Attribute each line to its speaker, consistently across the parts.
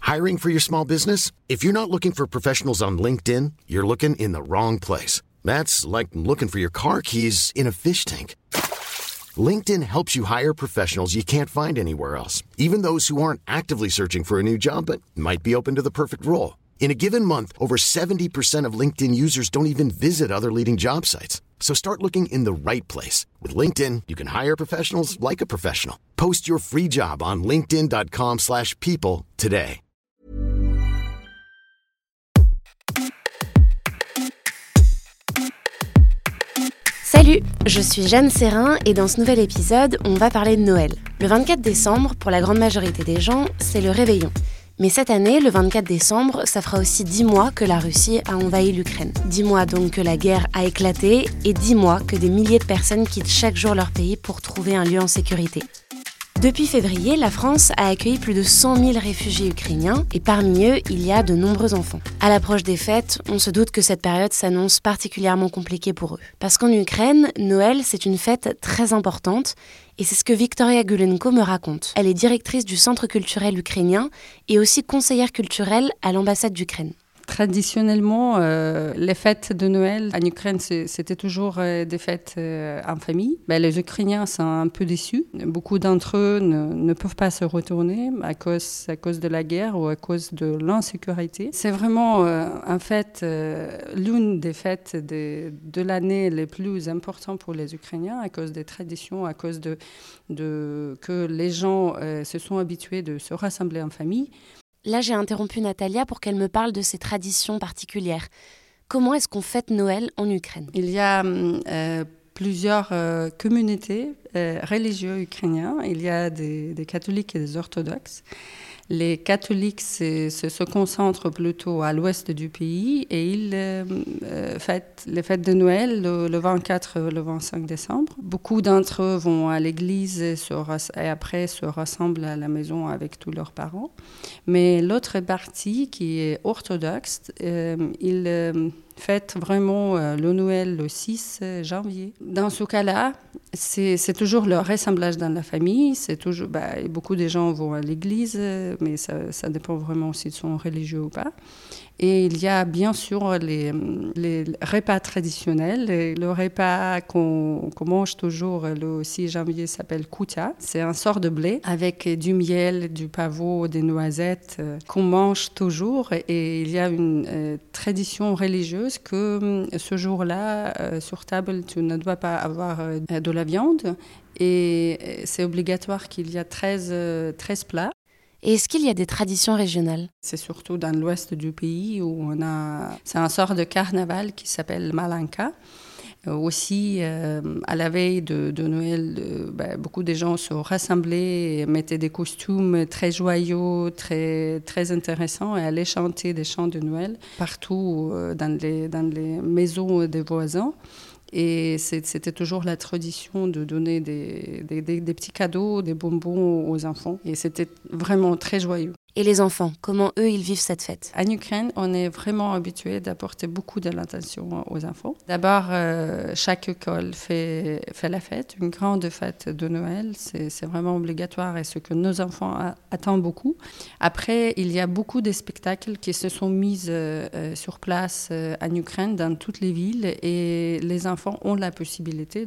Speaker 1: Hiring for your small business? If you're not looking for professionals on LinkedIn, you're looking in the wrong place. That's like looking for your car keys in a fish tank. LinkedIn helps you hire professionals you can't find anywhere else, even those who aren't actively searching for a new job but might be open to the perfect role. In a given month, over 70% of LinkedIn users don't even visit other leading job sites. So start looking in the right place. With LinkedIn, you can hire professionals like a professional. Post your free job on linkedin.com/people today.
Speaker 2: Salut, je suis Jeanne Serrin et dans ce nouvel épisode, on va parler de Noël. Le 24 décembre, pour la grande majorité des gens, c'est le réveillon. Mais cette année, le 24 décembre, ça fera aussi 10 mois que la Russie a envahi l'Ukraine. 10 mois donc que la guerre a éclaté et 10 mois que des milliers de personnes quittent chaque jour leur pays pour trouver un lieu en sécurité. Depuis février, la France a accueilli plus de 100 000 réfugiés ukrainiens et parmi eux, il y a de nombreux enfants. À l'approche des fêtes, on se doute que cette période s'annonce particulièrement compliquée pour eux. Parce qu'en Ukraine, Noël, c'est une fête très importante et c'est ce que Victoria Gulenko me raconte. Elle est directrice du Centre culturel ukrainien et aussi conseillère culturelle à l'ambassade d'Ukraine.
Speaker 3: Traditionnellement, les fêtes de Noël en Ukraine, c'était toujours des fêtes en famille. Les Ukrainiens sont un peu déçus. Beaucoup d'entre eux ne peuvent pas se retourner à cause de la guerre ou à cause de l'insécurité. C'est vraiment en fait l'une des fêtes de l'année les plus importantes pour les Ukrainiens à cause des traditions, à cause de que les gens se sont habitués de se rassembler en famille.
Speaker 2: Là, j'ai interrompu Natalia pour qu'elle me parle de ses traditions particulières. Comment est-ce qu'on fête Noël en Ukraine ?
Speaker 3: Il y a plusieurs communautés religieuses ukrainiennes. Il y a des catholiques et des orthodoxes. Les catholiques se concentrent plutôt à l'ouest du pays et ils fêtent les fêtes de Noël le 24 et le 25 décembre. Beaucoup d'entre eux vont à l'église et après se rassemblent à la maison avec tous leurs parents. Mais l'autre partie qui est orthodoxe, ils fêtent vraiment le Noël le 6 janvier. Dans ce cas-là, c'est toujours le rassemblage dans la famille. C'est toujours, beaucoup de gens vont à l'église, mais ça dépend vraiment si ils sont religieux ou pas. Et il y a bien sûr les repas traditionnels. Et le repas qu'on mange toujours le 6 janvier s'appelle kutia. C'est un sort de blé avec du miel, du pavot, des noisettes qu'on mange toujours. Et il y a une tradition religieuse que ce jour-là, sur table, tu ne dois pas avoir de la viande. Et c'est obligatoire qu'il y a 13 plats.
Speaker 2: Et est-ce qu'il y a des traditions régionales ?
Speaker 3: C'est surtout dans l'ouest du pays où c'est un sort de carnaval qui s'appelle Malanka. Aussi, à la veille de Noël, beaucoup de gens se rassemblaient et mettaient des costumes très joyeux, très, très intéressants et allaient chanter des chants de Noël partout dans les maisons des voisins. Et c'était toujours la tradition de donner des petits cadeaux, des bonbons aux enfants. Et c'était vraiment très joyeux.
Speaker 2: Et les enfants, comment eux, ils vivent cette fête ?
Speaker 3: En Ukraine, on est vraiment habitué d'apporter beaucoup de l'attention aux enfants. D'abord, chaque école fait la fête, une grande fête de Noël. C'est vraiment obligatoire et ce que nos enfants attendent beaucoup. Après, il y a beaucoup de spectacles qui se sont mis sur place en Ukraine, dans toutes les villes. Et les enfants ont la possibilité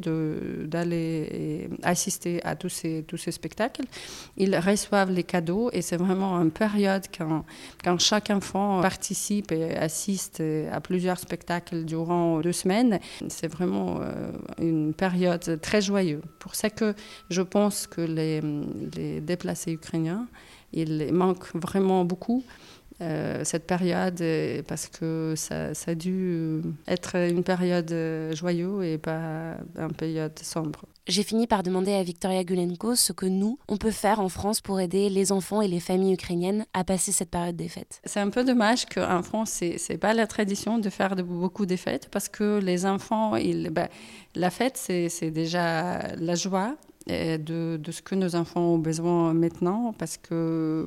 Speaker 3: d'aller assister à tous ces spectacles. Ils reçoivent les cadeaux et c'est vraiment une période quand chaque enfant participe et assiste à plusieurs spectacles durant 2 semaines. C'est vraiment une période très joyeuse. Pour ça que je pense que les déplacés ukrainiens, ils manquent vraiment beaucoup cette période parce que ça a dû être une période joyeuse et pas une période sombre.
Speaker 2: J'ai fini par demander à Victoria Gulenko ce que nous, on peut faire en France pour aider les enfants et les familles ukrainiennes à passer cette période des fêtes.
Speaker 3: C'est un peu dommage qu'en France, c'est pas la tradition de faire beaucoup de fêtes parce que les enfants, la fête, c'est déjà la joie de ce que nos enfants ont besoin maintenant parce que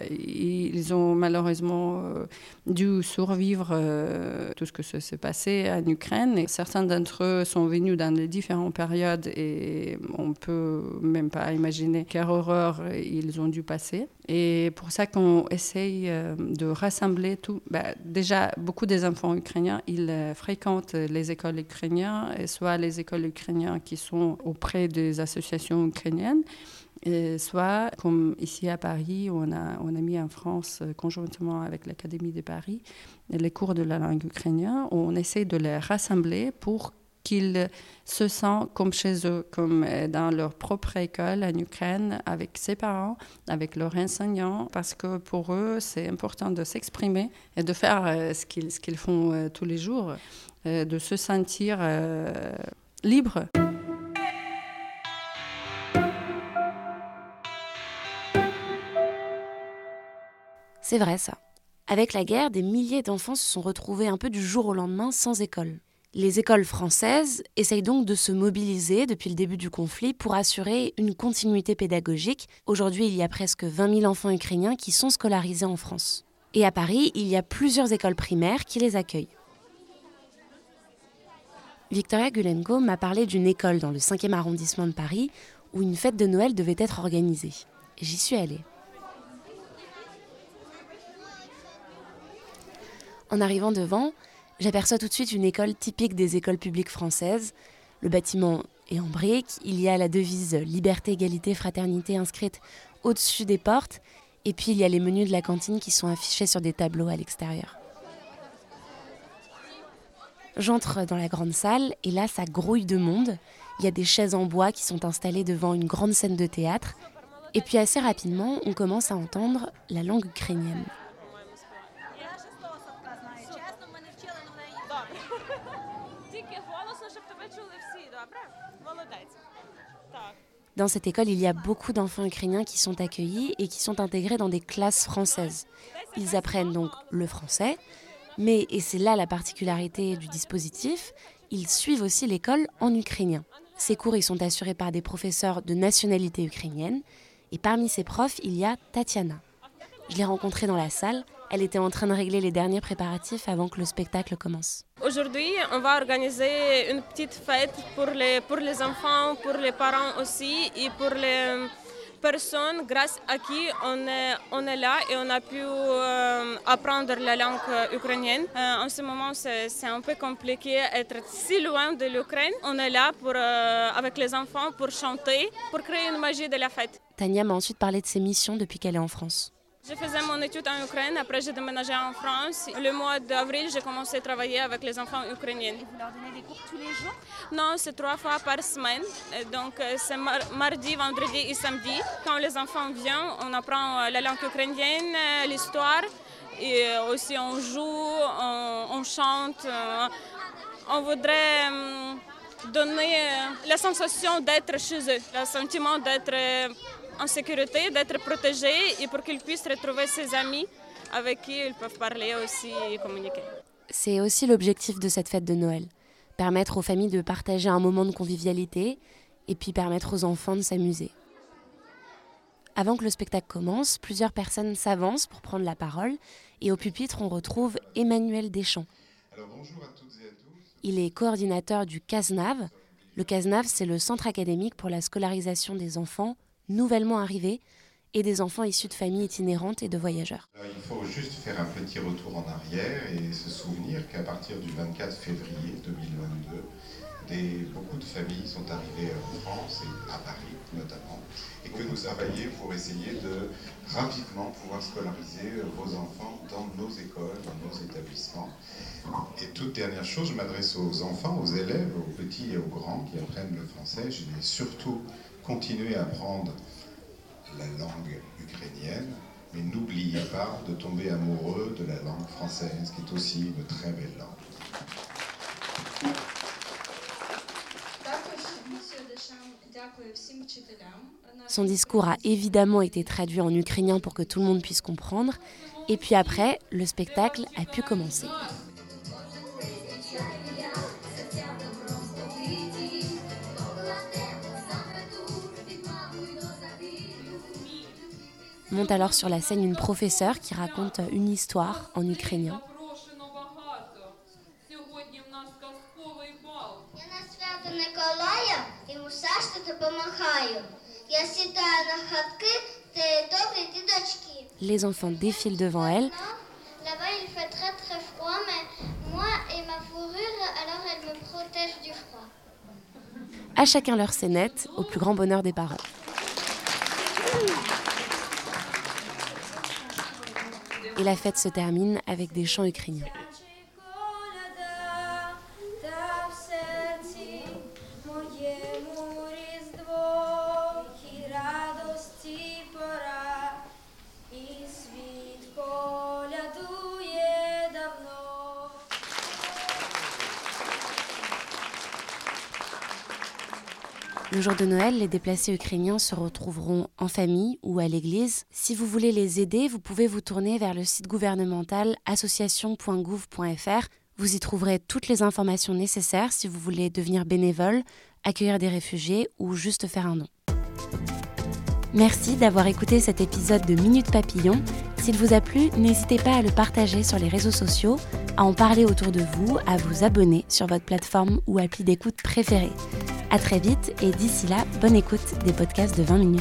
Speaker 3: ils ont malheureusement dû survivre tout ce que ça s'est passé en Ukraine. Et certains d'entre eux sont venus dans les différentes périodes et on peut même pas imaginer quelle horreur ils ont dû passer. Et pour ça qu'on essaye de rassembler tout. Déjà, beaucoup des enfants ukrainiens, ils fréquentent les écoles ukrainiennes, et soit les écoles ukrainiennes qui sont auprès des associations ukrainiennes, et soit, comme ici à Paris, on a mis en France, conjointement avec l'Académie de Paris, les cours de la langue ukrainienne. On essaie de les rassembler pour qu'ils se sentent comme chez eux, comme dans leur propre école en Ukraine, avec ses parents, avec leurs enseignants, parce que pour eux, c'est important de s'exprimer et de faire ce qu'ils font tous les jours, de se sentir libre.
Speaker 2: C'est vrai ça. Avec la guerre, des milliers d'enfants se sont retrouvés un peu du jour au lendemain sans école. Les écoles françaises essayent donc de se mobiliser depuis le début du conflit pour assurer une continuité pédagogique. Aujourd'hui, il y a presque 20 000 enfants ukrainiens qui sont scolarisés en France. Et à Paris, il y a plusieurs écoles primaires qui les accueillent. Victoria Gulenko m'a parlé d'une école dans le 5e arrondissement de Paris où une fête de Noël devait être organisée. J'y suis allée. En arrivant devant, j'aperçois tout de suite une école typique des écoles publiques françaises. Le bâtiment est en briques, il y a la devise « Liberté, égalité, fraternité » inscrite au-dessus des portes, et puis il y a les menus de la cantine qui sont affichés sur des tableaux à l'extérieur. J'entre dans la grande salle, et là ça grouille de monde. Il y a des chaises en bois qui sont installées devant une grande scène de théâtre, et puis assez rapidement, on commence à entendre la langue ukrainienne. Dans cette école, il y a beaucoup d'enfants ukrainiens qui sont accueillis et qui sont intégrés dans des classes françaises. Ils apprennent donc le français, mais, et c'est là la particularité du dispositif, ils suivent aussi l'école en ukrainien. Ces cours ils sont assurés par des professeurs de nationalité ukrainienne, et parmi ces profs, il y a Tatiana. Je l'ai rencontrée dans la salle. Elle était en train de régler les derniers préparatifs avant que le spectacle commence.
Speaker 4: Aujourd'hui, on va organiser une petite fête pour les enfants, pour les parents aussi et pour les personnes grâce à qui on est là et on a pu apprendre la langue ukrainienne. En ce moment, c'est un peu compliqué d'être si loin de l'Ukraine. On est là avec les enfants pour chanter, pour créer une magie de la fête.
Speaker 2: Tania m'a ensuite parlé de ses missions depuis qu'elle est en France.
Speaker 4: Je faisais mon étude en Ukraine, après j'ai déménagé en France. Le mois d'avril, j'ai commencé à travailler avec les enfants ukrainiens.
Speaker 5: Et vous leur donnez des cours tous les jours?
Speaker 4: Non, c'est 3 fois par semaine. Donc c'est mardi, vendredi et samedi. Quand les enfants viennent, on apprend la langue ukrainienne, l'histoire. Et aussi on joue, on chante. On voudrait donner la sensation d'être chez eux, le sentiment d'être en sécurité, d'être protégés et pour qu'ils puissent retrouver ses amis avec qui ils peuvent parler aussi et communiquer.
Speaker 2: C'est aussi l'objectif de cette fête de Noël, permettre aux familles de partager un moment de convivialité et puis permettre aux enfants de s'amuser. Avant que le spectacle commence, plusieurs personnes s'avancent pour prendre la parole et au pupitre on retrouve Emmanuel Deschamps.
Speaker 6: Alors bonjour à toutes et à tous.
Speaker 2: Il est coordinateur du CASNAV. Le CASNAV, c'est le centre académique pour la scolarisation des enfants nouvellement arrivés et des enfants issus de familles itinérantes et de voyageurs.
Speaker 6: Alors, il faut juste faire un petit retour en arrière et se souvenir qu'à partir du 24 février 2022, beaucoup de familles sont arrivées en France et à Paris notamment, et que nous travaillons pour essayer de rapidement pouvoir scolariser vos enfants dans nos écoles, dans nos établissements. Et toute dernière chose, je m'adresse aux enfants, aux élèves, aux petits et aux grands qui apprennent le français. Je vais surtout continuer à apprendre la langue ukrainienne, mais n'oubliez pas de tomber amoureux de la langue française, qui est aussi une très belle langue.
Speaker 2: Son discours a évidemment été traduit en ukrainien pour que tout le monde puisse comprendre. Et puis après, le spectacle a pu commencer. Monte alors sur la scène une professeure qui raconte une histoire en ukrainien.
Speaker 7: Николая, йому все ж таки помахаю. Я сідаю на хатки,
Speaker 2: Les enfants défilent devant elle.
Speaker 5: Là-bas, il fait très très froid, mais moi et ma fourrure, alors elle me protège du froid.
Speaker 2: À chacun leur scénette, au plus grand bonheur des parents. Et la fête se termine avec des chants ukrainiens. Le jour de Noël, les déplacés ukrainiens se retrouveront en famille ou à l'église. Si vous voulez les aider, vous pouvez vous tourner vers le site gouvernemental association.gouv.fr. Vous y trouverez toutes les informations nécessaires si vous voulez devenir bénévole, accueillir des réfugiés ou juste faire un don. Merci d'avoir écouté cet épisode de Minute Papillon. S'il vous a plu, n'hésitez pas à le partager sur les réseaux sociaux, à en parler autour de vous, à vous abonner sur votre plateforme ou appli d'écoute préférée. À très vite et d'ici là, bonne écoute des podcasts de 20 minutes.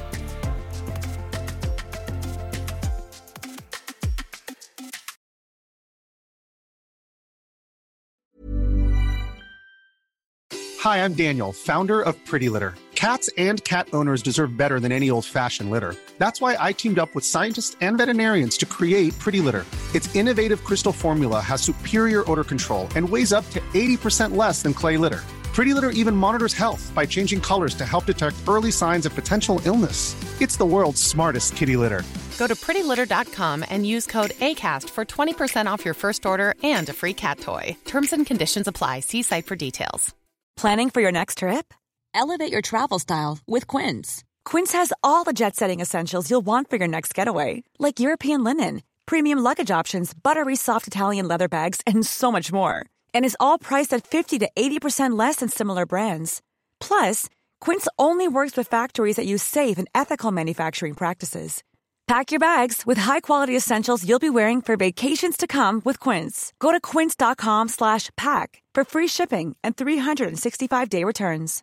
Speaker 7: Hi, I'm Daniel, founder of Pretty Litter. Cats and cat owners deserve better than any old-fashioned litter. That's why I teamed up with scientists and veterinarians to create Pretty Litter. Its innovative crystal formula has superior odor control and weighs up to 80% less than clay litter. Pretty Litter even monitors health by changing colors to help detect early signs of potential illness. It's the world's smartest kitty litter.
Speaker 8: Go to prettylitter.com and use code ACAST for 20% off your first order and a free cat toy. Terms and conditions apply. See site for details.
Speaker 9: Planning for your next trip? Elevate your travel style with Quince. Quince has all the jet-setting essentials you'll want for your next getaway, like European linen, premium luggage options, buttery soft Italian leather bags, and so much more. And is all priced at 50 to 80% less than similar brands. Plus, Quince only works with factories that use safe and ethical manufacturing practices. Pack your bags with high-quality essentials you'll be wearing for vacations to come with Quince. Go to quince.com/pack for free shipping and 365-day returns.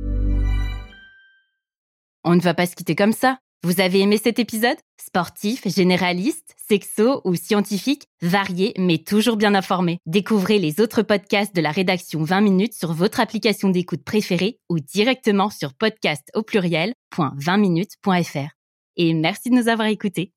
Speaker 10: On ne va pas se quitter comme ça. Vous avez aimé cet épisode ? Sportif, généraliste, sexo ou scientifique, varié mais toujours bien informé. Découvrez les autres podcasts de la rédaction 20 minutes sur votre application d'écoute préférée ou directement sur podcast@20minutes.fr. Et merci de nous avoir écoutés.